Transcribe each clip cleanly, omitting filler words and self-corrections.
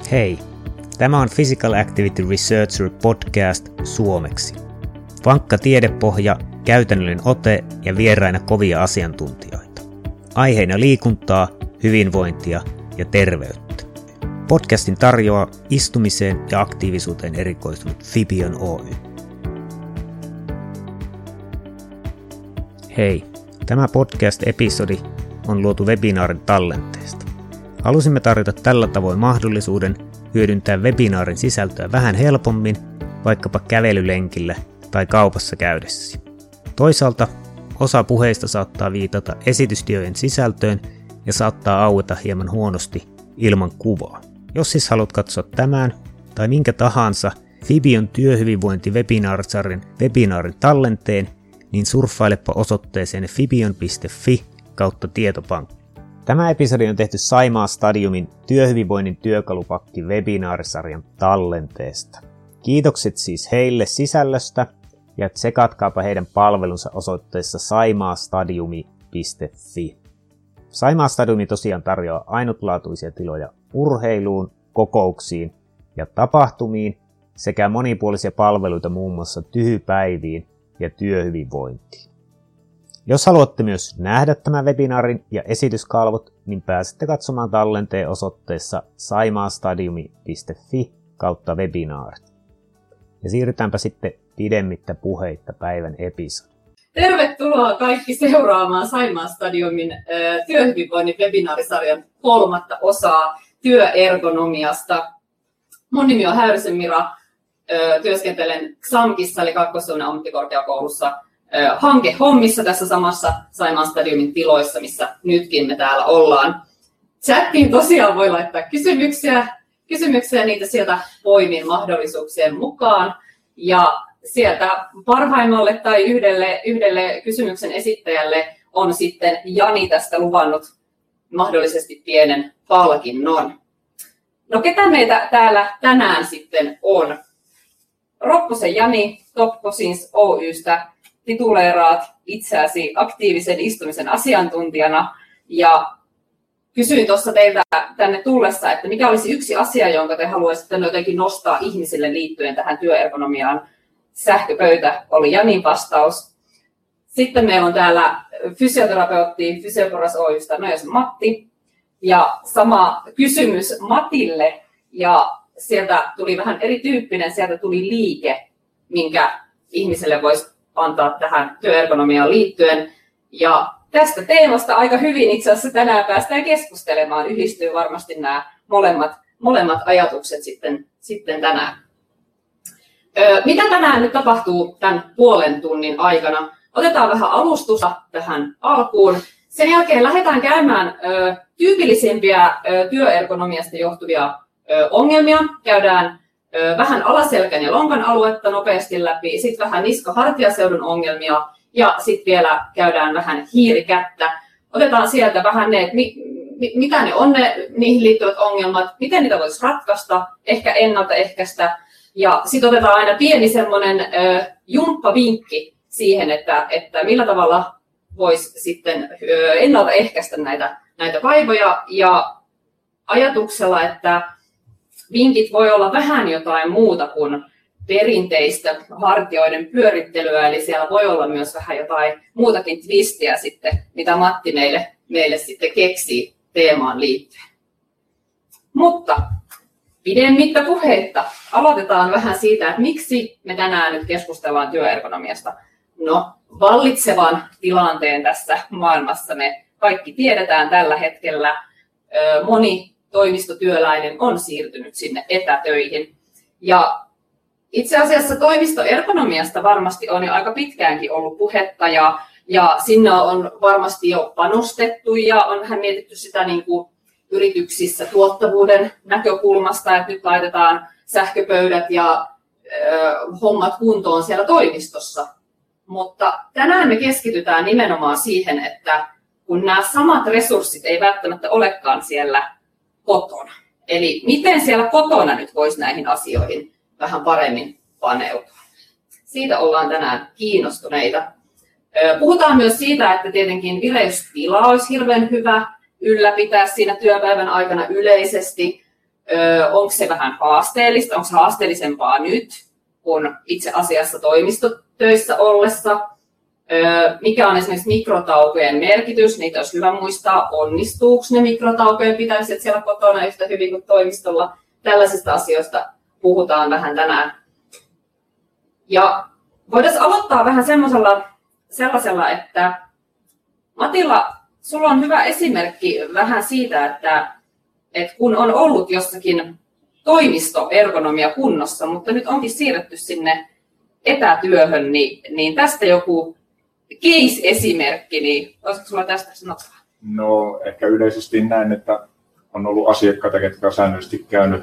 Hei, tämä on Physical Activity Researcher podcast suomeksi. Vankka tiedepohja, käytännöllinen ote ja vieraina kovia asiantuntijoita. Aiheina liikuntaa, hyvinvointia ja terveyttä. Podcastin tarjoaa istumiseen ja aktiivisuuteen erikoistunut Fibion Oy. Hei, tämä podcast-episodi on luotu webinaarin tallenteesta. Halusimme tarjota tällä tavoin mahdollisuuden hyödyntää webinaarin sisältöä vähän helpommin, vaikkapa kävelylenkillä tai kaupassa käydessä. Toisaalta osa puheista saattaa viitata esitysdiojen sisältöön ja saattaa aueta hieman huonosti ilman kuvaa. Jos siis haluat katsoa tämän tai minkä tahansa Fibion työhyvinvointi-webinaarisarjan webinaarin tallenteen, niin surffailepa osoitteeseen fibion.fi/tietopankki. Tämä episodi on tehty Saimaa Stadiumin työhyvinvoinnin työkalupakki webinaarisarjan tallenteesta. Kiitokset siis heille sisällöstä ja tsekatkaapa heidän palvelunsa osoitteessa saimaastadiumi.fi. Saimaa Stadiumi tosiaan tarjoaa ainutlaatuisia tiloja urheiluun, kokouksiin ja tapahtumiin sekä monipuolisia palveluita muun muassa tyhypäiviin ja työhyvinvointiin. Jos haluatte myös nähdä tämän webinaarin ja esityskalvot, niin pääsette katsomaan tallenteen osoitteessa saimaastadiumi.fi/webinaarit. Ja siirrytäänpä sitten pidemmittä puheitta päivän episodiin. Tervetuloa kaikki seuraamaan Saimaa Stadiumin työhyvinvoinnin webinaarisarjan 3. osaa työergonomiasta. Mun nimi on Häyrysen Mira, työskentelen XAMKissa eli Kaakkois-Suomen ammattikorkeakoulussa hankehommissa tässä samassa Saimaa Stadiumin tiloissa, missä nytkin me täällä ollaan. Chattiin tosiaan voi laittaa kysymyksiä niitä sieltä poimin mahdollisuuksien mukaan. Ja sieltä parhaimmalle tai yhdelle kysymyksen esittäjälle on sitten Jani tästä luvannut mahdollisesti pienen palkinnon. No ketä meitä täällä tänään sitten on? Ropposen Jani Top Cosins Oystä tituleeraat itseäsi aktiivisen istumisen asiantuntijana ja kysyin tuossa teiltä tänne tullessa, että mikä olisi yksi asia, jonka te haluaisitte jotenkin nostaa ihmisille liittyen tähän työergonomiaan. Sähköpöytä oli Janin vastaus. Sitten meillä on täällä fysioterapeutti Fysioporras Oystä Matti. Ja sama kysymys Matille. Ja sieltä tuli vähän erityyppinen, sieltä tuli liike, minkä ihmiselle voisi antaa tähän työergonomiaan liittyen. Ja tästä teemasta aika hyvin itse asiassa tänään päästään keskustelemaan. Yhdistyy varmasti nämä molemmat ajatukset sitten tänään. Mitä tänään nyt tapahtuu tämän puolen tunnin aikana? Otetaan vähän alustusta tähän alkuun. Sen jälkeen lähdetään käymään tyypillisimpiä työergonomiasta johtuvia ongelmia. Käydään vähän alaselkän ja lonkan aluetta nopeasti läpi, sitten vähän niska-hartiaseudun ongelmia ja sitten vielä käydään vähän hiirikättä. Otetaan sieltä vähän ne, mitä ne on niihin liittyvät ongelmat, miten niitä voisi ratkaista, ehkä ennaltaehkäistä. Ja sitten otetaan aina pieni semmoinen jumppavinkki siihen, että millä tavalla voisi sitten ennaltaehkäistä näitä vaivoja ja ajatuksella, että vinkit voi olla vähän jotain muuta kuin perinteistä hartioiden pyörittelyä, eli siellä voi olla myös vähän jotain muutakin twistiä sitten, mitä Matti meille sitten keksii teemaan liittyen. Mutta pidemmittä puheitta aloitetaan vähän siitä, että miksi me tänään nyt keskustellaan työergonomiasta. No, vallitsevan tilanteen tässä maailmassa me kaikki tiedetään tällä hetkellä. Moni toimistotyöläinen on siirtynyt sinne etätöihin. Ja itse asiassa toimistoergonomiasta varmasti on jo aika pitkäänkin ollut puhetta ja sinne on varmasti jo panostettu ja onhan mietitty sitä niin kuin yrityksissä tuottavuuden näkökulmasta, että nyt laitetaan sähköpöydät ja hommat kuntoon siellä toimistossa. Mutta tänään me keskitytään nimenomaan siihen, että kun nämä samat resurssit ei välttämättä olekaan siellä kotona. Eli miten siellä kotona nyt voisi näihin asioihin vähän paremmin paneutua. Siitä ollaan tänään kiinnostuneita. Puhutaan myös siitä, että tietenkin vireystila olisi hirveän hyvä ylläpitää siinä työpäivän aikana yleisesti. Onko se vähän haasteellista? Onko se haasteellisempaa nyt kuin itse asiassa toimistotöissä ollessa? Mikä on esimerkiksi mikrotaukojen merkitys? Niitä olisi hyvä muistaa. Onnistuuko ne mikrotaukojen pitämiset siellä kotona yhtä hyvin kuin toimistolla? Tällaisista asioista puhutaan vähän tänään. Ja voitaisiin aloittaa vähän sellaisella, että Matilla, sulla on hyvä esimerkki vähän siitä, että kun on ollut jossakin toimistoergonomia kunnossa, mutta nyt onkin siirretty sinne etätyöhön, niin tästä joku case-esimerkki, niin olisiko sulla tästä sanottavaa? No ehkä yleisesti näin, että on ollut asiakkaita, jotka on säännöllisesti käynyt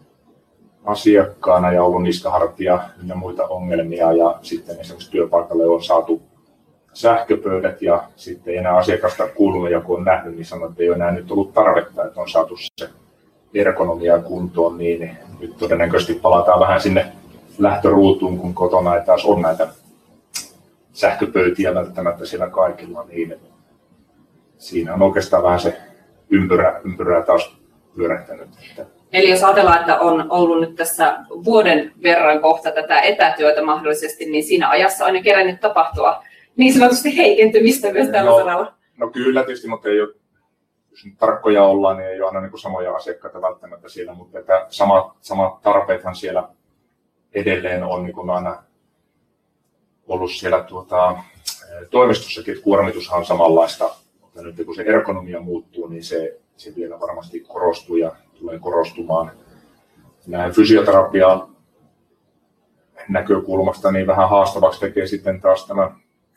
asiakkaana ja ollut niskahartia ja muita ongelmia ja sitten esimerkiksi työpaikalle on saatu sähköpöydät ja sitten ei enää asiakasta kuulunut ja kun on nähnyt, niin sanoo, että ei ole enää nyt ollut tarvetta, että on saatu se ergonomia kuntoon, niin nyt todennäköisesti palataan vähän sinne lähtöruutuun, kun kotona ei taas ole näitä sähköpöytiä välttämättä siellä kaikilla, niin siinä on oikeastaan vähän se ympyrää taas pyörähtänyt. Eli jos ajatellaan, että on ollut nyt tässä vuoden verran kohta tätä etätyötä mahdollisesti, niin siinä ajassa on jo kerännyt tapahtua niin sanotusti heikentymistä myös tällä saralla. No kyllä tietysti, mutta ei ole, jos nyt tarkkoja ollaan, niin ei ole aina niin kuin samoja asiakkaita välttämättä siellä, mutta että samat tarpeethan siellä edelleen on niin kuin aina ollut siellä toimistossakin, että kuormitushan on samanlaista, mutta nyt kun se ergonomia muuttuu, niin se vielä varmasti korostuu ja tulee korostumaan. Näin fysioterapian näkökulmasta niin vähän haastavaksi tekee sitten taas tämä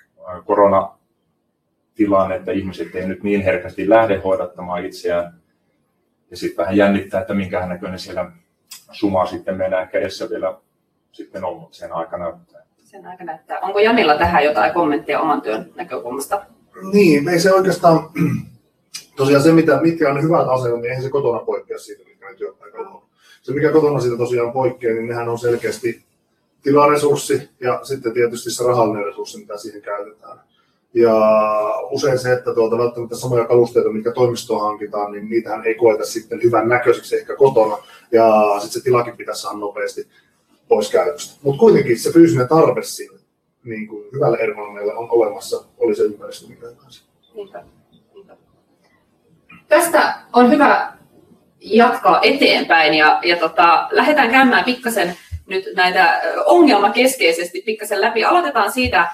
koronatilanne, että ihmiset ei nyt niin herkästi lähde hoidattamaan itseään. Ja sitten vähän jännittää, että minkähän näköinen siellä suma sitten meidän kädessä vielä sitten on, mutta sen aika näyttää. Onko Janilla tähän jotain kommentteja oman työn näkökulmasta? Niin, ei se oikeastaan, tosiaan se mitkä on hyvät asemat, niin eihän se kotona poikkea siitä, mitkä ne työpaikalla on. Se mikä kotona siitä tosiaan poikkeaa, niin nehän on selkeästi tilaresurssi ja sitten tietysti se rahallinen resurssi, mitä siihen käytetään. Ja usein se, että välttämättä samoja kalusteita, mitkä toimistoon hankitaan, niin niitähän ei koeta sitten hyvän näköiseksi ehkä kotona. Ja sitten se tilakin pitäisi saada nopeasti pois käytöstä. Mutta kuitenkin se fyysinen tarve sille niin kuin hyvälle ergonomialle on olemassa, oli se ympäristö mikä tahansa. Niinpä. Tästä on hyvä jatkaa eteenpäin ja lähdetään käymään pikkasen nyt näitä ongelmakeskeisesti pikkasen läpi. Aloitetaan siitä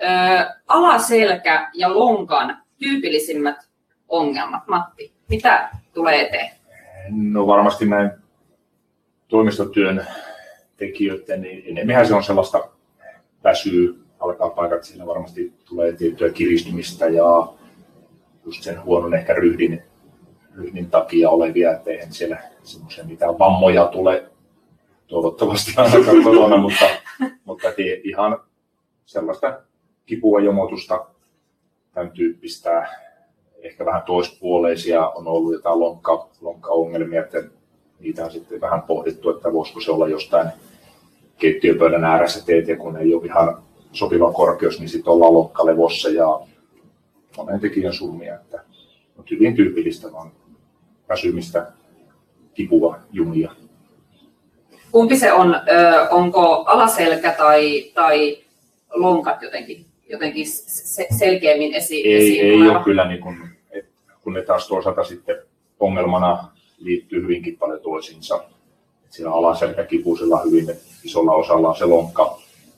alaselkä ja lonkan tyypillisimmät ongelmat. Matti, mitä tulee eteen? No varmasti näin toimistotyön tekijöiden, niin enemmän se on sellaista väsyy, alkaa paikat, siinä varmasti tulee tiettyä kiristymistä ja just sen huonon ehkä ryhdin takia olevia, että eihän siellä semmoisia mitään vammoja tule toivottavasti ainakaan kotona, mutta ihan sellaista kipua, jomotusta, tämän tyyppistä, ehkä vähän toispuoleisia on ollut jotain lonkkaongelmia, että niitä on sitten vähän pohdittu, että voisiko se olla jostain keittiöpöydän ääressä teet ja kun ei ole ihan sopiva korkeus, niin sitten ollaan lonkkalevossa ja monen tekijän summia, että on hyvin tyypillistä vaan väsymistä, kipua, jumia. Kumpi se on? Onko alaselkä tai lonkat jotenkin selkeämmin esiin? Ei ole kyllä, niin kun ne taas toisaalta sitten ongelmana liittyy hyvinkin paljon toisiinsa. Siinä alaselkäkipuisella hyvin isolla osalla on se lonkka,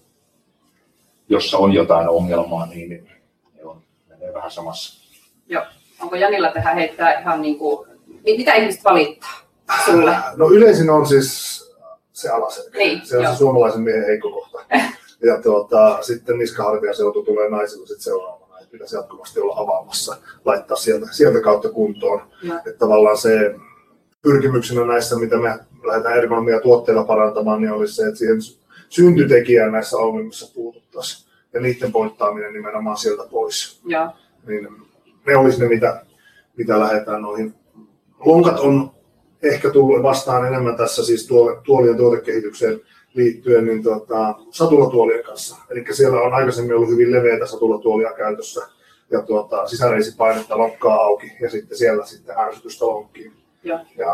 jossa on jotain ongelmaa, niin ne menee vähän samassa. Joo. Onko Janilla tähän heittää ihan niin kuin, mitä ihmiset valittaa sulle? No yleisin on siis se alaselkä. Niin, se on se suomalaisen miehen heikko kohta. Ja sitten niskahartiaseutu tulee naisilla sitten seuraavana, että pitäisi jatkuvasti olla avaamassa, laittaa sieltä kautta kuntoon. Että tavallaan se pyrkimyksenä näissä, mitä me lähdetään ergonomia tuotteilla parantamaan, niin olisi se, että siihen syntytekijään näissä ongelmissa puututtaisiin. Ja niiden poittaaminen nimenomaan sieltä pois. Ja. Niin ne olisi ne, mitä lähdetään noihin. Lonkat on ehkä tullut vastaan enemmän tässä siis tuolien tuotekehitykseen liittyen niin satulatuolien kanssa. Eli siellä on aikaisemmin ollut hyvin leveitä satulatuolia käytössä ja sisäreisipainetta lonkkaa auki ja sitten siellä sitten ärsytystä lonkkiin. Ja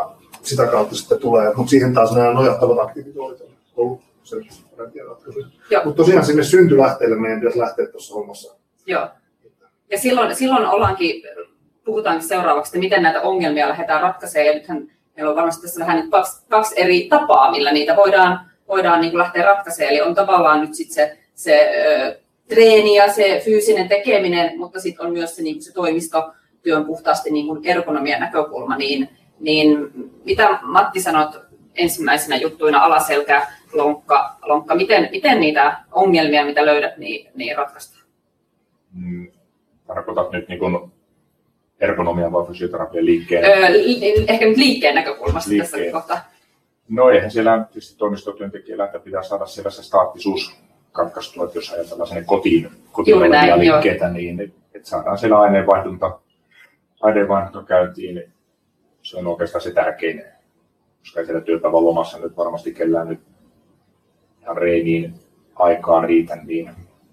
sitä kautta sitten tulee. Mutta siihen taas nämä nojahtavat aktiivituolit on ollut se parempia ratkaisuja. Mutta tosiaan sinne syntylähteelle meidän pitäisi lähteä tuossa hommassa. Joo. Ja silloin puhutaankin seuraavaksi, että miten näitä ongelmia lähdetään ratkaisemaan. Ja nythän meillä on varmasti tässä vähän kaksi eri tapaa, millä niitä voidaan niin kuin lähteä ratkaisemaan. Eli on tavallaan nyt sitten se treeni ja se fyysinen tekeminen, mutta sitten on myös se, niin kuin se toimistotyön puhtaasti niin kuin ergonomian näkökulma. Niin mitä Matti sanot ensimmäisenä juttuina, alaselkä, lonkka, miten niitä ongelmia, mitä löydät, niin ratkaistaan? Tarkoitat nyt niin kuin ergonomian vai fysioterapian liikkeen? Ehkä nyt liikkeen näkökulmasta tässä kohtaa. No eihän siellä tietysti toimistotyöntekijällä, että pitää saada siellä se staattisuus katkaistua, että jos ajatellaan sinne kotiin olevia liikkeitä, niin että saadaan siellä aineenvaihdunta käyntiin. Se on oikeastaan se tärkein, koska ei siellä työpäivän lomassa nyt varmasti kellään nyt ihan reeniin aikaan riitä, niin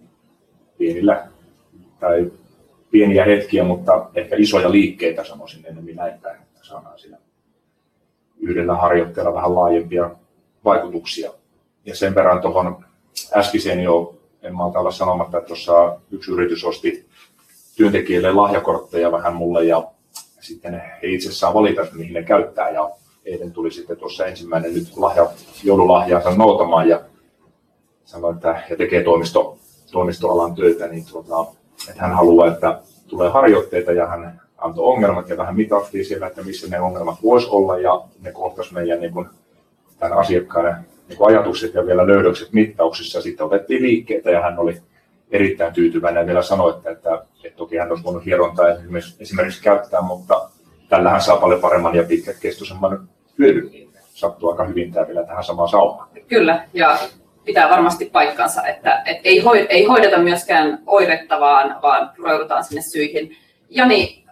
pieniä hetkiä, mutta ehkä isoja liikkeitä sanoisin enemmän näin päin, että saadaan siinä yhdellä harjoitteella vähän laajempia vaikutuksia. Ja sen verran tuohon äskeiseen jo en malta olla sanomatta, että tuossa yksi yritys osti työntekijöille lahjakortteja vähän mulle ja sitten he itse saa valita, mihin ne käyttää. Ja eilen tuli sitten tuossa ensimmäinen nyt joululahjaansa noutamaan ja sanoi, että he tekee toimistoalan töitä, niin että hän haluaa, että tulee harjoitteita ja hän antoi ongelmat ja vähän mitattiin siellä, että missä ne ongelmat voisi olla ja ne kohtasi meidän niin kuin, tämän asiakkaan niin kuin ajatukset ja vielä löydökset mittauksissa. Sitten otettiin liikkeitä ja hän oli erittäin tyytyväinen ja vielä sanoi, että toki hän olisi voinut hierontaa esimerkiksi käyttää, mutta tällähän saa paljon paremman ja pitkäkestoisemman hyödyn, niin sattuu aika hyvin tämä vielä tähän samaan saumaan. Kyllä, ja pitää varmasti paikkansa, että ei hoideta myöskään oiretta, vaan pureudutaan sinne syihin. Jani,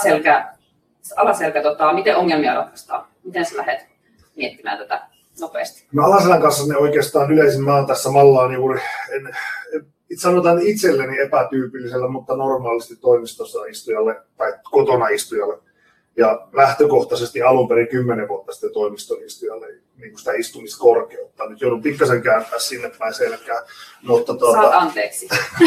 alaselkä miten ongelmia ratkaistaan? Miten sä lähdet miettimään tätä nopeasti? No alaselän kanssa ne oikeastaan yleisin mä tässä mallaan juuri, sanotaan itselleni epätyypillisellä, mutta normaalisti toimistossa istujalle tai kotona istujalle. Ja lähtökohtaisesti alun perin 10 vuotta sitten toimiston istujalle niin sitä istumiskorkeutta. Nyt joudun pikkasen kääntää sinne päin selkään. Mutta saat anteeksi.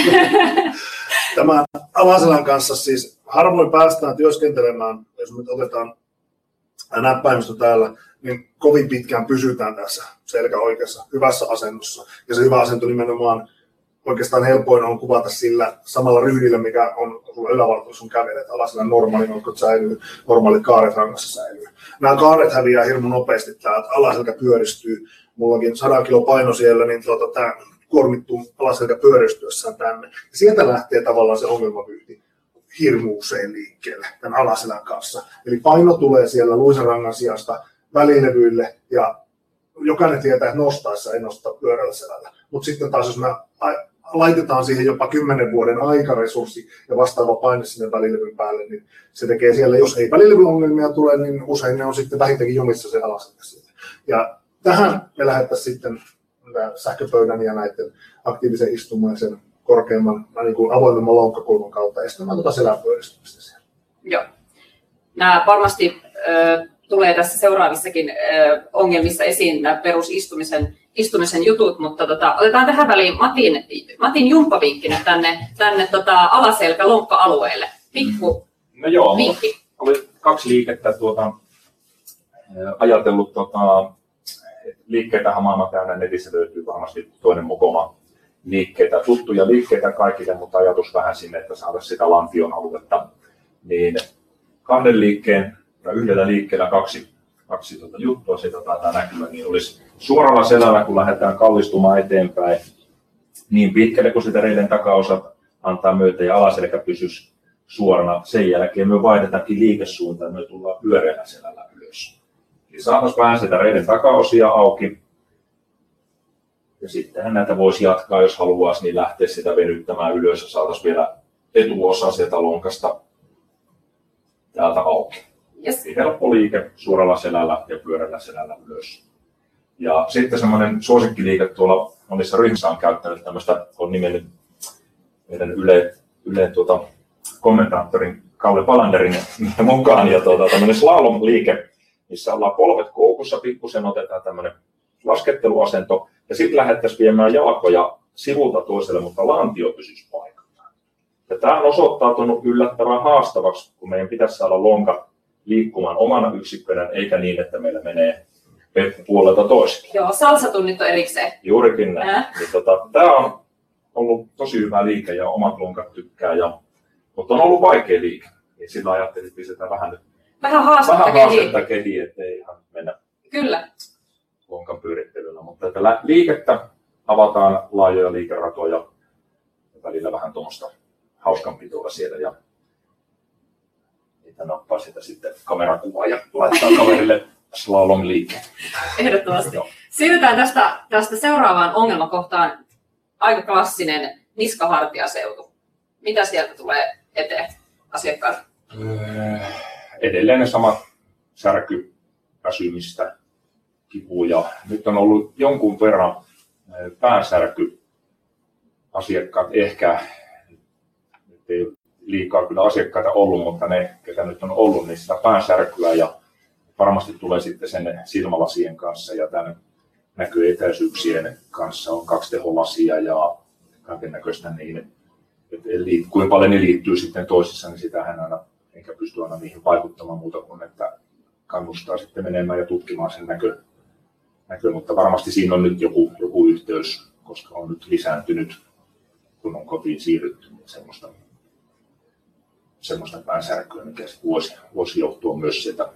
Tämän alaselän kanssa siis harvoin päästään työskentelemään, jos me otetaan näppäimistö täällä, niin kovin pitkään pysytään tässä selkä oikeassa hyvässä asennossa. Ja se hyvä asento nimenomaan oikeastaan helpoin on kuvata sillä samalla ryhdillä, mikä on sulla ylävartalossa sun kävelet. Alaselän normaali notkot säilyy, normaalit kaaret rangassa säilyy. Nämä kaaret häviää hirmu nopeasti täältä, alaselkä pyöristyy. Mullakin 100 kilo paino siellä, niin tämä kuormittuu alaselkä pyöristyessään tänne. Ja sieltä lähtee tavallaan se ongelmavyyhti hirmu usein liikkeelle tämän alaselän kanssa. Eli paino tulee siellä luisarangan sijasta välilevyille ja jokainen tietää, että nostaessa ei nosta pyörällä selällä. Mutta sitten taas jos me laitetaan siihen jopa 10 vuoden aikaresurssi ja vastaava paine sinne välilevyn päälle, niin se tekee siellä, jos ei välilevyongelmia tule, niin usein ne on sitten vähintäänkin jumissa se alaselkä. Ja tähän me lähdettäisiin sitten sähköpöydän ja näiden aktiivisen istumaisen korkeamman, niin kuin avoimemman lonkkakulman kautta estämään selän pyöristymistä siellä. Joo. Nämä varmasti tulee tässä seuraavissakin ongelmissa esiin nämä perusistumisen jutut, mutta otetaan tähän väliin Matin jumppavinkki nyt tänne alaselkä-lonkka-alueelle. Pikku vinkki. Oli 2 liikettä ajatellut, liikkeitä maailman täynnä, netissä löytyy varmasti toinen mukoma liikkeitä, tuttuja liikkeitä kaikille, mutta ajatus vähän sinne, että saada sitä lantion aluetta. Niin 2 liikkeen tai yhdellä liikkeellä kaksi juttua, siitä taitaa näkyä, niin olisi suoralla selällä, kun lähdetään kallistumaan eteenpäin, niin pitkälle kuin sitä reiden takaosa antaa myötä ja alaselkä pysyisi suorana. Sen jälkeen me vaihdetaankin liikesuuntaan, me tullaan pyöreällä selällä ylös. Eli saataisiin vähän sitä reiden takaosia auki. Ja sittenhän näitä voisi jatkaa, jos haluaisi, niin lähteä sitä venyttämään ylös ja saataisiin vielä etuosa sieltä lonkasta täältä auki. Yes. Helppo liike suoralla selällä ja pyörällä selällä ylös. Ja sitten semmoinen suosikkiliike tuolla monissa ryhmissä on käyttänyt tämmöistä, on nimennyt meidän Ylen kommentaattorin Kalle Palanderin mukaan. Ja tämmöinen slalom-liike missä ollaan polvet koukussa, pikkusen otetaan tämmöinen lasketteluasento, ja sitten lähdettäisiin viemään jalkoja sivulta toiselle, mutta lantio pysyisi paikallaan. Ja tämä on osoittautunut yllättävän haastavaksi, kun meidän pitäisi saada lonka liikkumaan omana yksikkönä, eikä niin, että meillä menee puolelta toiselle. Joo, salsatunnit on erikseen. Juurikin näin. Tämä on ollut tosi hyvä liike ja omat lonkat tykkää, mutta on ollut vaikea liike. Niin sillä ajattelin, että pistetään vähän haastetta kehiin, ettei ihan mennä Kyllä. lonkan pyörittelyllä. Mutta että liikettä avataan laajoja liikeratoja ja välillä vähän tuommoista hauskanpitoa siellä. Ja niitä nappaa sitä sitten kamerakuvaa ja laittaa kaverille slalom-liikkeen. Ehdottomasti. Siirrytään tästä seuraavaan ongelmakohtaan. Aika klassinen niskahartiaseutu. Mitä sieltä tulee eteen asiakkaalle? Edelleen ne samat särky, väsymistä, kipuja. Nyt on ollut jonkun verran päänsärky asiakkaat. Ehkä nyt ei liikaa kyllä asiakkaita ollut, mutta ne, ketä nyt on ollut, niin sitä päänsärkyä ja varmasti tulee sitten sen silmälasien kanssa ja tämän näköetäisyyksien kanssa on 2-teholasia ja kaikennäköistä niin, että kuinka paljon ne liittyy sitten toisissaan, niin sitähän aina enkä pysty aina niihin vaikuttamaan muuta kuin, että kannustaa sitten menemään ja tutkimaan sen näkö, mutta varmasti siinä on nyt joku yhteys, koska on nyt lisääntynyt, kun on kotiin siirrytty, niin semmoista päänsärkyä, mikä voisi johtua myös sieltä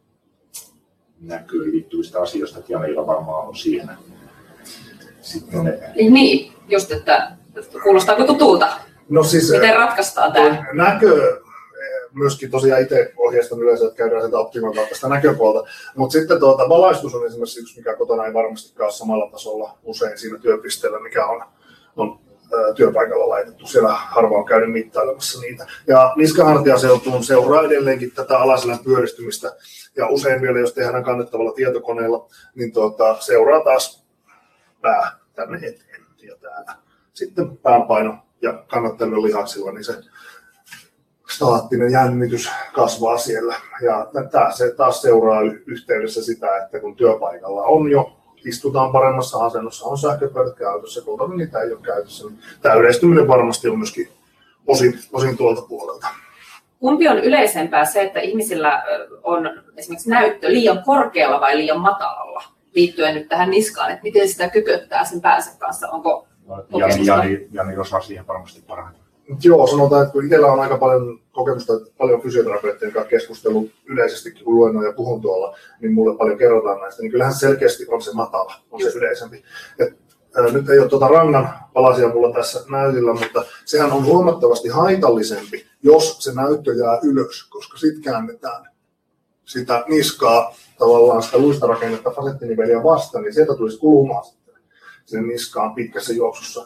näköön liittyvistä asioista, ja meillä varmaan on siihen sitten Niin, just että kuulostaako tutulta? No siis, miten ratkaistaan tämä? Näkö, myöskin tosiaan itse ohjeistan yleensä, että käydään sitä optimoitua sitä näköpuolta, mutta sitten valaistus on esimerkiksi yksi, mikä kotona ei varmastikaan ole samalla tasolla usein siinä työpisteellä, mikä on työpaikalla laitettu. Siellä harva on käynyt mittailemassa niitä. Ja niskahartiaseutuun seuraa edelleenkin tätä alaselän pyöristymistä. Ja usein vielä, jos tehdään kannettavalla tietokoneella, niin seuraa taas pää tänne eteen. Ja täällä sitten päänpaino ja kannattelun lihaksilla, niin se staattinen jännitys kasvaa siellä. Ja se taas seuraa yhteydessä sitä, että kun työpaikalla on jo istutaan paremmassa asennossa, on sähköpöydät käytössä, kun niitä ei ole käytössä, niin tämä yleistyminen varmasti on myöskin osin tuolta puolelta. Kumpi on yleisempää se, että ihmisillä on esimerkiksi näyttö liian korkealla vai liian matalalla liittyen nyt tähän niskaan, että miten sitä kyköttää sen päänsä kanssa, onko Jani osaa siihen varmasti parhaiten. Joo, sanotaan, että kun itsellä on aika paljon kokemusta, paljon fysioterapeuttien kanssa keskustellut yleisestikin, kun luennoin ja puhun tuolla, niin mulle paljon kerrotaan näistä, niin kyllähän selkeästi on se matala, on se yleisempi. Nyt ei ole rangan palasia mulla tässä näytillä, mutta sehän on huomattavasti haitallisempi, jos se näyttö jää ylös, koska sitten käännetään sitä niskaa, tavallaan sitä luistarakennetta fasettiniveliä vastaan, niin sieltä tulisi kulumaan sitten sen niskaan pitkässä juoksussa.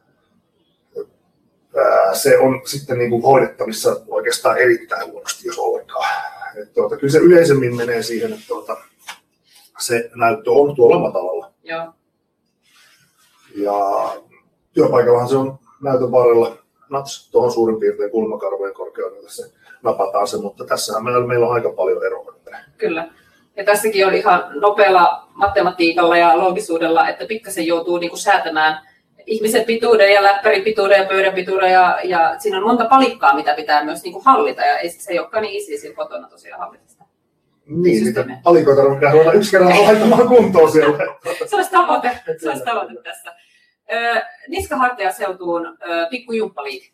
Se on sitten niin kuin hoidettavissa oikeastaan erittäin huonosti, jos ollenkaan. Kyllä se yleisemmin menee siihen, että se näyttö on tuolla matalalla. Joo. Ja työpaikallahan se on näytön varrella nats tuohon suurin piirtein kulmakarvojen korkeudelle se napataan se, mutta tässähän meillä on aika paljon eroa. Kyllä. Ja tässäkin on ihan nopealla matematiikalla ja loogisuudella, että pikkasen joutuu niin kuin säätämään ihmisen pituuden ja läppärin pituuden ja pöydän pituuden ja siinä on monta palikkaa, mitä pitää myös niin kuin hallita ja se ei olekaan niin easy siinä kotona tosiaan hallita sitä. Niin, niitä palikoita pitää ruveta yksi kerran laittamaan kuntoon siellä. Se olisi tavoite tässä. Niskahartiaseutuun pikkujumppaliike.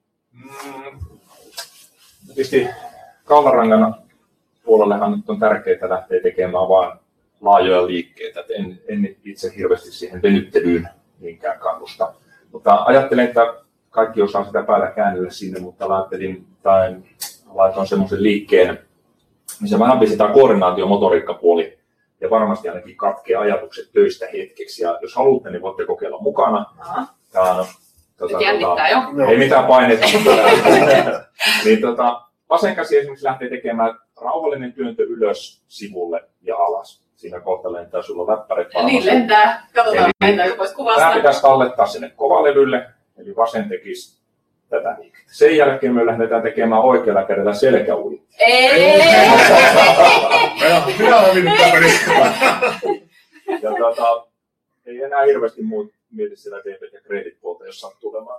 Tietysti kaularangan puolellehan nyt on tärkeää lähteä tekemään vain laajoja liikkeitä. En itse hirveästi siihen venyttelyyn niinkään kannusta. Mutta ajattelen, että kaikki osaa sitä päällä käännellä sinne, mutta laitoin semmoisen liikkeen, missä vähän pistetään koordinaatiomotoriikkapuoli ja varmasti ainakin katkee ajatukset töistä hetkeksi. Ja jos haluatte, niin voitte kokeilla mukana. Jännittää jo. Ei mitään paineita. Niin, vasen käsi esimerkiksi lähtee tekemään rauhallinen työntö ylös, sivulle ja alas. Siinä kohta lentää sulla läppärit varmasti. Niin lentää. Katsotaan, lentääkö pois kuvasta. Tämä pitäisi tallettaa sinne kovalevylle. Eli vasen tekisi tätä. Sen jälkeen me lähdetään tekemään oikealla kädellä selkäuintia. Minä olen mennyt kaverin. Ja ei enää hirveästi muut mieti sillä debit- ja credit-puolta, jos sattuu olemaan.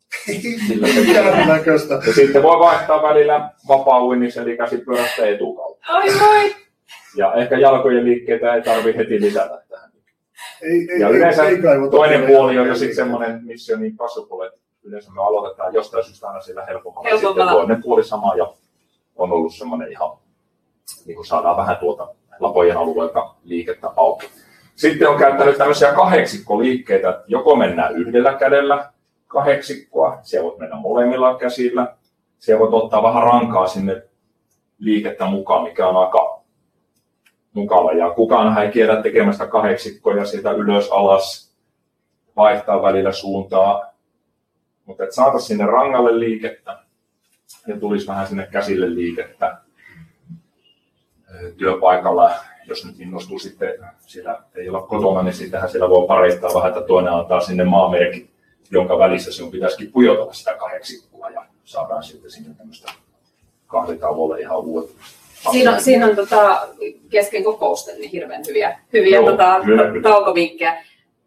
Ja sitten voi vaihtaa välillä vapaa-uinnissa, eli käsipyörästä etukautta. Ai. Ja ehkä jalkojen liikkeitä ei tarvitse heti lisätä tähän. Ja yleensä toinen puoli on jo sitten semmoinen Mission Impossible, että yleensä me aloitetaan jostain syystä aina sillä helpommalla. Sitten toinen puoli sama ja on ollut semmoinen ihan, niin kuin saadaan vähän tuolta lapojen alueelta liikettä auki. Sitten on käyttänyt tämmöisiä kahdeksikkoliikkeitä, että joko mennään yhdellä kädellä kahdeksikkoa, siellä voit mennä molemmilla käsillä, siellä voit ottaa vähän rankaa sinne liikettä mukaan, mikä on aika mukava. Ja kukaan ei kiedä tekemästä kahdeksikkoja sieltä ylös alas, vaihtaa välillä suuntaa, mutta että saataisiin sinne rangalle liikettä ja tulisi vähän sinne käsille liikettä työpaikalla. Jos nyt innostuu sitten, siellä ei olla kotona, niin sittenhän siellä voi parittaa vähän, että toinen antaa sinne maamerkin, jonka välissä sinun pitäisikin pujotella sitä kahdeksikkoa ja saadaan sitten sinne tämmöistä kahditavolle ihan uudet. Siinä on kesken kokousten niin hirveän hyviä taukovinkkejä.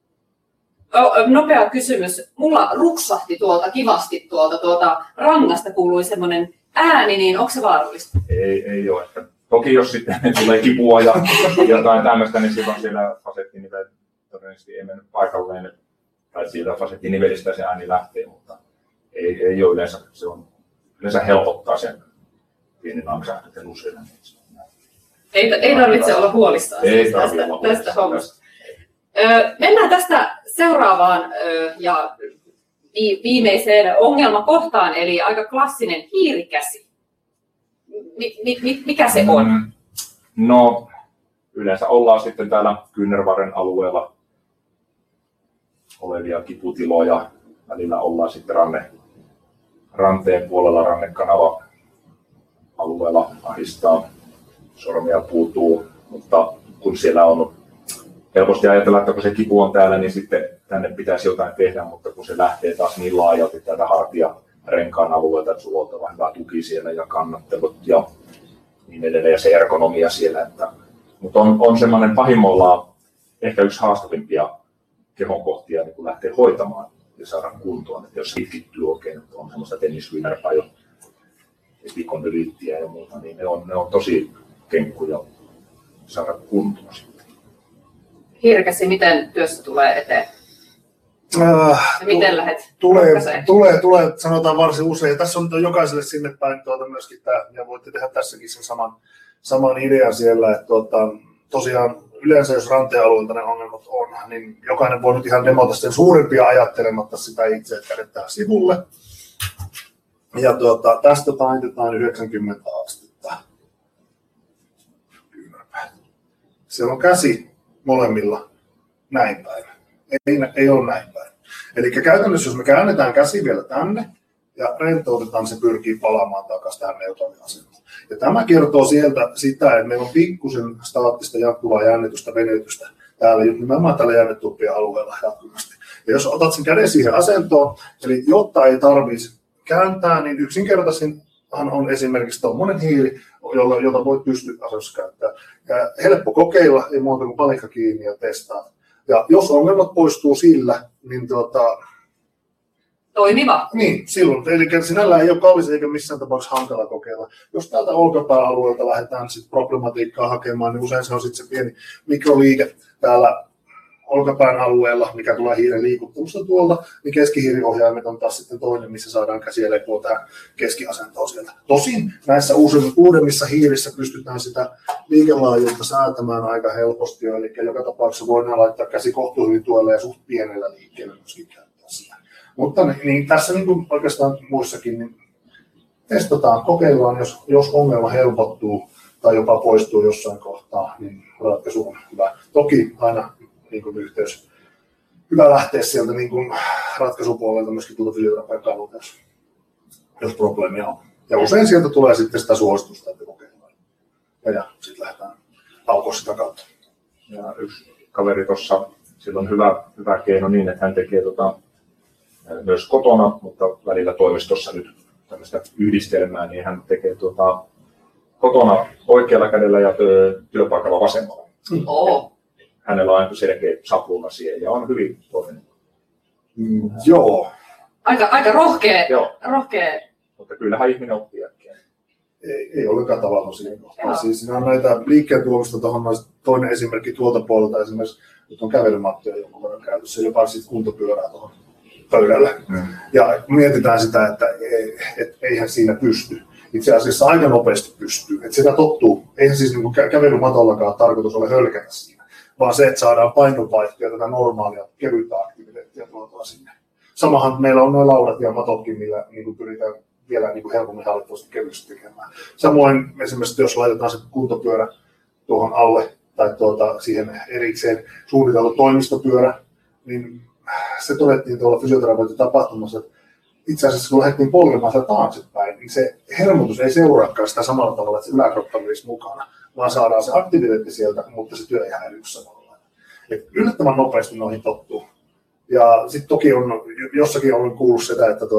Nopea kysymys. Mulla ruksahti kivasti tuolta rangasta kuului semmoinen ääni, niin onko se vaarallista? Ei ole. Toki jos sitten tulee kipua ja jotain tämmöistä, niin silloin siellä fasettinivel todennäköisesti ei mennyt paikalleen. Tai siitä fasettinivelistä se ääni lähtee, mutta ei ole yleensä. Se on yleensä helpottaa sen pienen anksähdyten usein. Ei tarvitse olla huolissaan tästä hommasta. Mennään tästä seuraavaan ja viimeiseen ongelmakohtaan, eli aika klassinen hiirikäsi. Mikä se on? No, yleensä ollaan sitten täällä kyynärvarren alueella olevia kiputiloja. Välillä ollaan sitten ranteen puolella, rannekanava alueella ahistaa, sormia puutuu, mutta kun siellä on helposti ajatella, että kun se kipu on täällä, niin sitten tänne pitäisi jotain tehdä, mutta kun se lähtee taas niin laajalti täältä renkaan alueelta, että sulla on oltava hyvä tuki siellä ja kannattelut ja niin edelleen ja se ergonomia siellä. Mutta on semmoinen pahimmillaan ehkä yksi haastavimpia kehonkohtia niin kun lähtee hoitamaan ja saada kuntoon. Että jos pitkittyy oikein, että on semmoista tenniskyynärpää jo epikondylittiä ja muuta, niin ne on tosi kenkkuja saada kuntoon sitten. Hiirikäsi, miten työssä tulee eteen? Miten lähdet? Tulee, sanotaan varsin usein. Tässä on jokaiselle sinne päin myöskin tämä, ja voitte tehdä tässäkin sen saman idean siellä, että tosiaan yleensä jos rantealueelta ne ongelmat on, niin jokainen voi nyt ihan demota sen suurimpia ajattelematta sitä itse, että kädetään sivulle. Ja tästä taitetaan 90 astetta. Siellä on käsi molemmilla näin päin. Ei ole näin päin. Eli käytännössä jos me käännetään käsi vielä tänne ja rentoutetaan, se pyrkii palaamaan takaisin tähän neutraaliasentoon. Ja tämä kertoo sieltä sitä, että meillä on pikkusen staattista jatkuvaa jännitystä, venytystä täällä, nimenomaan täällä jännetuppien alueella jatkuvasti. Ja jos otat sen käden siihen asentoon, eli jotta ei tarvitsisi kääntää, niin yksinkertaisinhan on esimerkiksi tuommoinen hiili, jota voit pystyasennossa käyttää. Ja helppo kokeilla, ei muuta kuin palikka kiinni ja testaa. Ja jos ongelmat poistuu sillä, niin toimiva. Niin, silloin. Eli sinällään ei ole kallis eikä missään tapauksessa hankala kokeilla. Jos täältä olkapääalueelta lähdetään sit problematiikkaa hakemaan, niin usein se on sitten se pieni mikroliike täällä olkapään alueella, mikä tulee hiiren liikuttelusta tuolta, niin keskihiiriohjaimet on taas sitten toinen, missä saadaan käsiä lepoa tähän keskiasentoon sieltä. Tosin näissä uudemmissa hiirissä pystytään sitä liikelaajuutta säätämään aika helposti, eli joka tapauksessa voidaan laittaa käsi kohtuullisen tuolle ja suht pienellä liikkeellä myöskin käyttää sitä. Mutta niin tässä niin kuin oikeastaan muissakin, niin testataan, kokeillaan, jos ongelma helpottuu tai jopa poistuu jossain kohtaa, niin ratkaisu on hyvä. Toki aina niin kuin yhteys. Hyvä lähteä sieltä niin kuin ratkaisupuolelta myöskin tuolta fysioterapeutin kannalta, jos probleemia on. Ja usein sieltä tulee sitten sitä suositusta, että kokeillaan. Ja sitten lähdetään aukoa sitä kautta. Ja yksi kaveri tuossa, sillä on hyvä keino niin, että hän tekee myös kotona, mutta välillä toimistossa nyt tämmöistä yhdistelmää, niin hän tekee kotona oikealla kädellä ja työpaikalla vasemmalla. Hänellä on aika selkeä sapluuna siihen ja on hyvin toiminut. Joo. Aika rohkea. Mutta kyllähän ihminen oppii äkkiä. Ei ollenkaan tavallaan siihen kohtaan. Siis siinä on näitä liikkeen tuomista tuohon, toinen esimerkki tuolta puolelta esimerkiksi, nyt on kävelymattoja jonkun verran käytössä, jopa sitten kuntopyörää tuohon pöydälle. Ja mietitään sitä, että eihän siinä pysty. Itse asiassa aika nopeasti pystyy. Että sitä tottuu. Eihän siis niin kävelymatollakaan tarkoitus ole hölkätä siinä, vaan se, että saadaan painonvaihtoja tätä normaalia kevyttä aktiviteettia tuotua sinne. Samahan meillä on nuo laudat ja matotkin, millä niin pyritään vielä niin helpommin hallittavasti kevyesti tekemään. Samoin esimerkiksi jos laitetaan se kuntopyörä tuohon alle tai siihen erikseen suunniteltu toimistopyörä, niin se todettiin tuolla fysioterapeutin tapahtumassa, että itse asiassa kun lähdettiin polkemaan sitä taaksepäin, niin se hermotus ei seuraakaan sitä samalla tavalla, että se yläkroppa olisi mukana, vaan saadaan se aktiviteetti sieltä, mutta se työ ei häiriy samalla. Yllättävän nopeasti noihin tottuu. Ja sitten toki on, jossakin olen kuullut sitä, että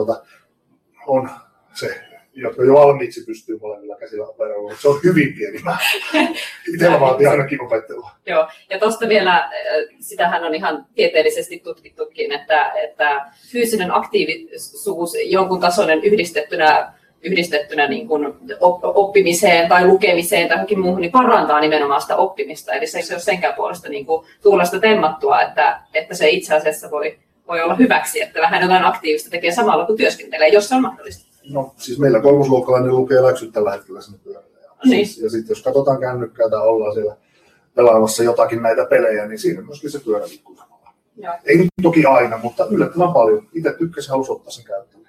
on se, jotka jo valmiiksi pystyy molemmilla käsillä operoimaan, mutta se on hyvin pieni määrä. Itsellä vaatii ainakin opettelua. Joo, ja tuosta vielä, sitähän on ihan tieteellisesti tutkittukin, että fyysinen aktiivisuus jonkun tasoinen yhdistettynä niin kuin oppimiseen tai lukemiseen tai johonkin muuhun, niin parantaa nimenomaan sitä oppimista. Eli se ei ole senkään puolesta niin kuin tuulesta temmattua, että se itse asiassa voi olla hyväksi, että vähän jotain aktiivista tekee samalla kun työskentelee, jos se on mahdollista. No siis meillä kolmosluokkalainen lukee läksyt tällä hetkellä sinne pyörällä. Niin. Ja sitten jos katsotaan kännykkää tai ollaan siellä pelaamassa jotakin näitä pelejä, niin siinä myöskin se pyörä liikkuu samalla. Ei nyt toki aina, mutta yllättävän paljon. Itse tykkäsin, halusin ottaa sen käyttöön.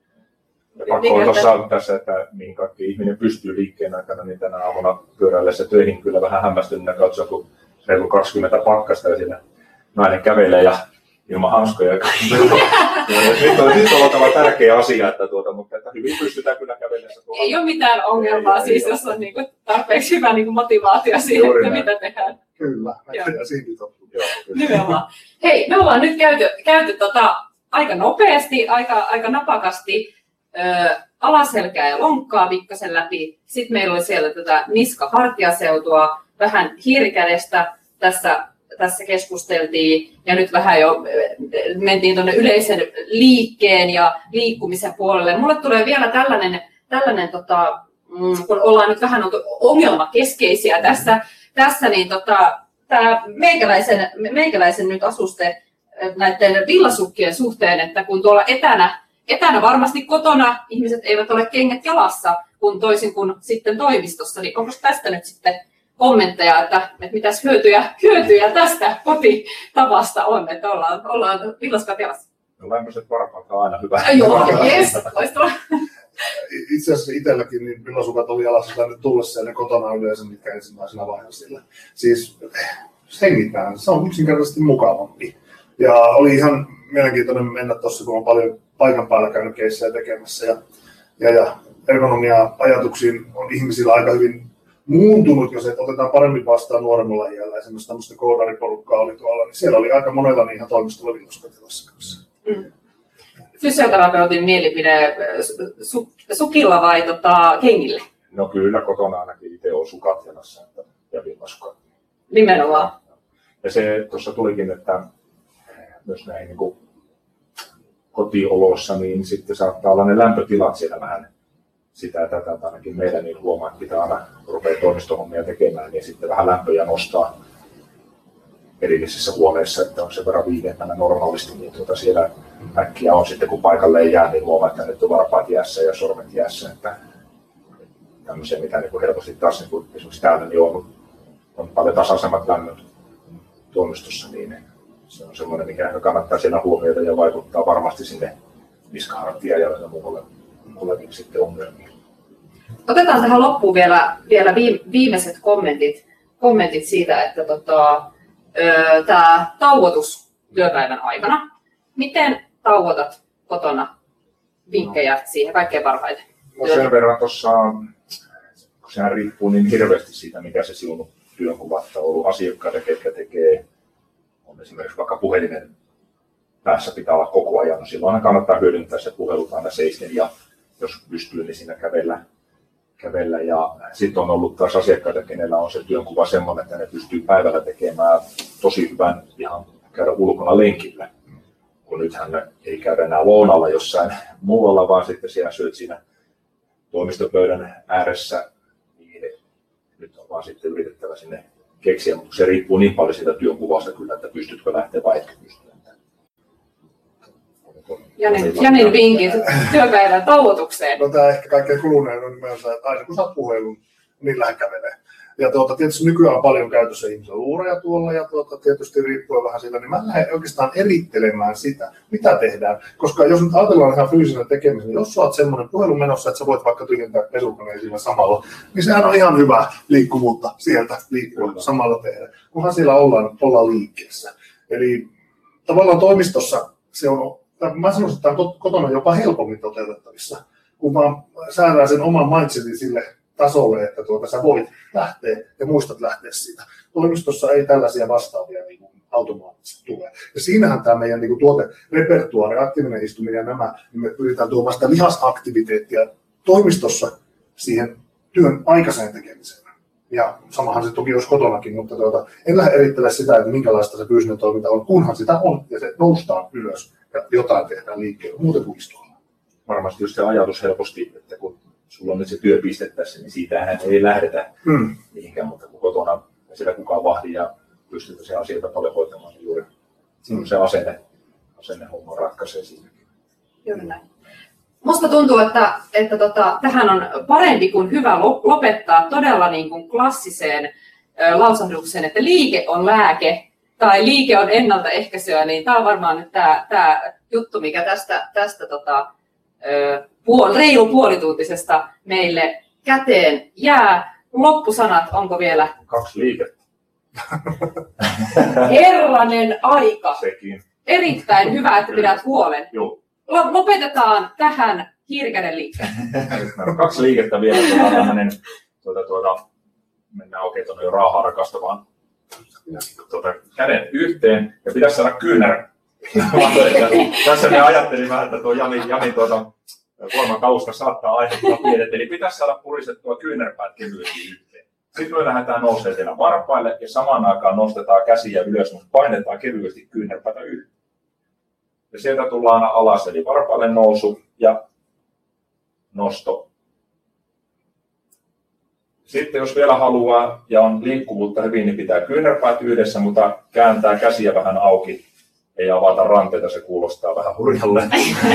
Pakko on tuossa tässä, että mihin kaikki ihminen pystyy liikkeen aikana, niin tänä aamuna pyöräillessä töihin kyllä vähän hämmästyneenä katsoa, kun reilu 20 pakkasta ja siinä nainen kävelee ja ilman hanskoja. Nyt on oltava tärkeä asia, mutta että hyvin pystytään kyllä kävellessä tuolla. Ei ole mitään ongelmaa, siis jos on niinku tarpeeksi hyvä niinku motivaatio siihen, että mitä tehdään. Kyllä, ja siitä tottuu. Nimenomaan. Hei, me ollaan nyt käyty aika nopeasti, aika napakasti alaselkää ja lonkkaa pikkasen läpi. Sitten meillä oli siellä tätä niska-hartiaseutua, vähän hiirikädestä tässä keskusteltiin ja nyt vähän jo mentiin tuonne yleisen liikkeen ja liikkumisen puolelle. Mulle tulee vielä tällainen kun ollaan nyt vähän ongelmakeskeisiä tässä niin tämä meikäläisen nyt asuste näiden villasukkien suhteen, että kun tuolla etänä varmasti kotona ihmiset eivät ole kengät jalassa, kun toisin kuin sitten toimistossa, niin onko tästä nyt sitten kommentteja, että mitäs hyötyjä tästä kotitavasta on, että ollaan villaskat jalassa? No lämpöiset varpaat on aina hyvä. Joo, jes, loistavaa. Itse asiassa itselläkin niin villasukat oli jalassa tänne tullessa ja ne kotona yleensä, mitkä ensimmäisenä vaiheessa. Siis hengitään, se on yksinkertaisesti mukavampi. Ja oli ihan mielenkiintoinen mennä tuossa, kun on paljon paikan päällä käynyt keissejä tekemässä. Ja ergonomia-ajatuksiin on ihmisillä aika hyvin muuntunut, jos otetaan paremmin vastaan nuoremmalla iällä. Esimerkiksi tämmöistä koodariporukkaa oli tuolla, niin siellä oli aika monella niin ihan toimistolla villasukatelassa kanssa. Fysioterapeutin mielipide sukilla vai kengille? No kyllä, kotona ainakin itse on sukat jalassa ja villasukat. Nimenomaan. Ja se tuossa tulikin, että myös näin niin kuin kotiolossa, niin sitten saattaa olla ne lämpötilat siellä vähän sitä ja tätä, ainakin meillä niin huomaa, että pitää aina rupea toimistohommia tekemään, niin sitten vähän lämpöjä nostaa erillisissä huoneissa, että on sen verran viileämpänä normaalisti, niin siellä äkkiä on sitten, kun paikalle ei jää, niin huomaa, että nyt on varpaat jäässä ja sormet jäässä, että tämmöisiä, mitä niin helposti taas niin esimerkiksi täällä niin on paljon tasaisemmat lämmöt toimistossa, niin se on semmoinen, mikä kannattaa siellä huomioida ja vaikuttaa varmasti sinne niskahartiaan ja muuallekin sitten ongelmiin. Otetaan tähän loppuun vielä viimeiset kommentit siitä, että tämä tauotus työpäivän aikana. Miten tauotat kotona? Vinkkejä siihen kaikkein parhaiten? No sen verran tuossa, kun sehän riippuu niin hirveästi siitä, mikä se sinun työnkuvatta on ollut asiakkaita, ketkä tekee, on esimerkiksi vaikka puhelimen päässä pitää olla koko ajan. No silloin kannattaa hyödyntää se puhelut aina seisten ja jos pystyy, niin siinä kävellä. Ja sitten on ollut taas asiakkaita, kenellä on se työnkuva semmoinen, että ne pystyy päivällä tekemään tosi hyvän ihan käydä ulkona lenkillä. Kun nythän ei käydä enää lounalla jossain muualla, vaan sitten siellä syöt siinä toimistopöydän ääressä, niin nyt on vaan sitten yritettävä sinne keksiä, mutta se riippuu niin paljon siitä työnkuvasta kyllä, että pystytkö lähteä vai etkö pysty. Janin vinkit työpäivän tauotukseen. No tämä ehkä kaikkein kulunein on nimensä, että aina kun saat puhelun, niin lähde kävelee. Ja tietysti nykyään on paljon käytössä ihmisen luureja tuolla ja tietysti riippuen vähän siitä, niin mä lähden oikeastaan erittelemään sitä, mitä tehdään. Koska jos nyt ajatellaan ihan fyysinen tekemisen, niin jos sä oot semmoinen puhelun menossa, että sä voit vaikka tyhjentää pesukoneen siinä samalla, niin sehän on ihan hyvä liikkuvuutta sieltä liikkua samalla tehdä, kunhan siellä ollaan liikkeessä. Eli tavallaan toimistossa se on, mä sanoisin, että tämä on kotona jopa helpommin toteutettavissa, kun vaan säädään sen oman mindsetin sille tasolle, että sä voit lähteä ja muistat lähteä siitä. Toimistossa ei tällaisia vastaavia niin kuin automaattisesti tule. Ja siinähän tämä meidän niin kuin tuoterepertuaari, aktiivinen istuminen ja nämä, niin me pyritään tuomaan sitä lihasaktiviteettia toimistossa siihen työn aikaiseen tekemiseen. Ja samahan se toki olisi kotonakin, mutta en lähde erittele sitä, että minkälaista se fyysinen toiminta on, kunhan sitä on ja se noustaan ylös ja jotain tehdään liikkeelle, muuten kuin istumaan. Varmasti just se ajatus helposti, että kun sulla on nyt se työpiste tässä, niin siitähän ei lähdetä mihinkään, mutta kun kotona ei siellä kukaan vahdi ja pystytään se asioita paljon hoitamaan, niin juuri se asennehomma ratkaisee siinäkin. Juuri näin. Musta tuntuu, että tähän on parempi kuin hyvä lopettaa todella niin kuin klassiseen lausahdukseen, että liike on lääke tai liike on ennaltaehkäisyä, niin tämä on varmaan nyt tämä juttu, mikä tästä reilu puolituntisesta meille käteen jää. Loppusanat, onko vielä? 2 liikettä. Herranen aika. Sekin. Erittäin hyvä, että pidät huolen. Joo. Lopetetaan tähän hiirikäden liikkeen. 2 liikettä vielä. Mennään oikein tuonne jo raahaa rakastavaan. Käden yhteen ja pitäisi saada kyynärä. Tässä me ajattelin vähän, että tuo Jani voimakausta saattaa aiheuttaa pienet, eli pitäisi saada purisettua kyynärpäät kevyesti yhteen. Sitten me lähdetään nousemaan teillä varpaille ja samaan aikaan nostetaan käsiä ylös, mutta painetaan kevyesti kyynärpäätä yhteen. Ja sieltä tullaan alas, eli varpaille nousu ja nosto. Sitten jos vielä haluaa ja on liikkuvuutta hyvin, niin pitää kyynärpäät yhdessä, mutta kääntää käsiä vähän auki. Ei avata ranteita, se kuulostaa vähän hurjalle.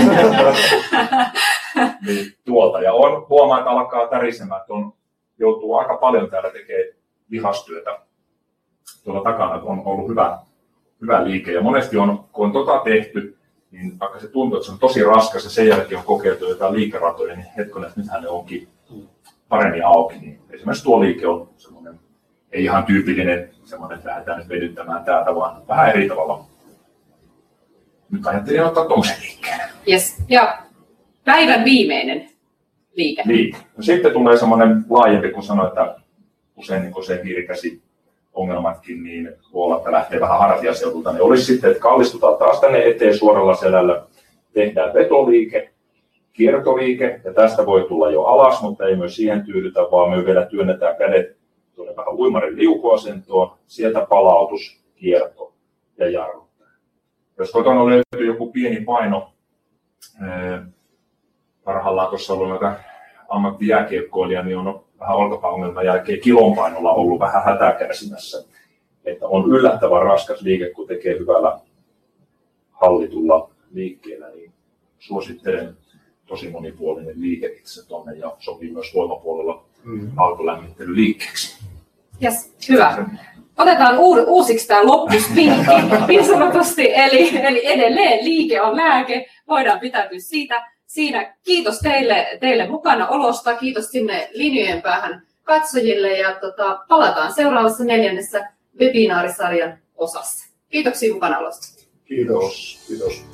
Niin, tuolta. Ja huomaa, että alkaa tärisemään, että joutuu aika paljon täällä tekemään lihastyötä. Tuolla takana on ollut hyvä liike. Ja monesti kun on tehty, niin vaikka se tuntuu, että se on tosi raskas ja sen jälkeen on kokeiltu jotain liikeratoja, niin hetkonen, että nythän ne onkin paremmin auki. Niin esimerkiksi tuo liike on semmoinen, ei ihan tyypillinen semmoinen, että lähdetään nyt vedyttämään täältä, vaan vähän eri tavalla. Nyt ajattelin ottaa tuommoisen liikkeen. Yes. Ja päivän viimeinen liike. No sitten tulee semmoinen laajempi, kun sanoin, että usein niin se hiirikäsi ongelmatkin, niin voi olla, että lähtee vähän hartiaseudulta. Niin olisi sitten, että kallistutaan taas tänne eteen suoralla selällä. Tehdään vetoliike, kiertoliike, ja tästä voi tulla jo alas, mutta ei myös siihen tyydytä, vaan me vielä työnnetään kädet tuonne vähän uimarin liukuasentoon. Sieltä palautus, kierto ja jarru. Jos kotona löytyy joku pieni paino, parhaillaan tuossa ollut näitä ammattijääkiekkoilijia, niin on vähän olkapääongelman jälkeen kilon painolla ollut vähän hätää kärsimässä. Että on yllättävän raskas liike, kun tekee hyvällä hallitulla liikkeellä, niin suosittelen tosi monipuolinen liike itse tuonne ja sopii myös voimapuolella alkulämmittelyliikkeeksi. Yes, hyvä. Otetaan uusiksi tämä loppuspinkki niin sanotusti, eli edelleen liike on lääke, voidaan pitäytyä siinä. Kiitos teille mukana olosta, kiitos sinne linjojen päähän katsojille ja palataan seuraavassa 4. webinaarisarjan osassa. Kiitoksia mukana olosta. Kiitos.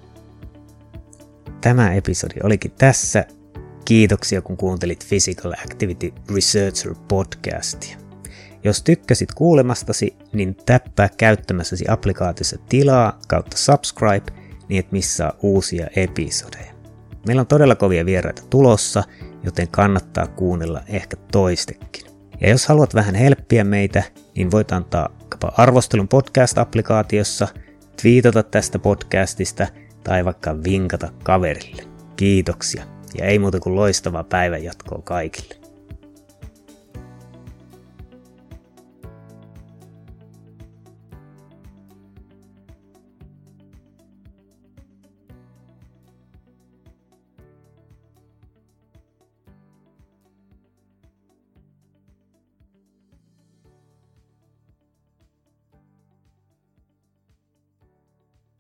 Tämä episodi olikin tässä. Kiitoksia kun kuuntelit Physical Activity Researcher podcastia. Jos tykkäsit kuulemastasi, niin täppää käyttämässäsi applikaatiossa tilaa kautta subscribe, niin et missaa uusia episodeja. Meillä on todella kovia vieraita tulossa, joten kannattaa kuunnella ehkä toistekin. Ja jos haluat vähän helppiä meitä, niin voit antaa arvostelun podcast-applikaatiossa, twiitata tästä podcastista tai vaikka vinkata kaverille. Kiitoksia ja ei muuta kuin loistavaa päivänjatkoa kaikille.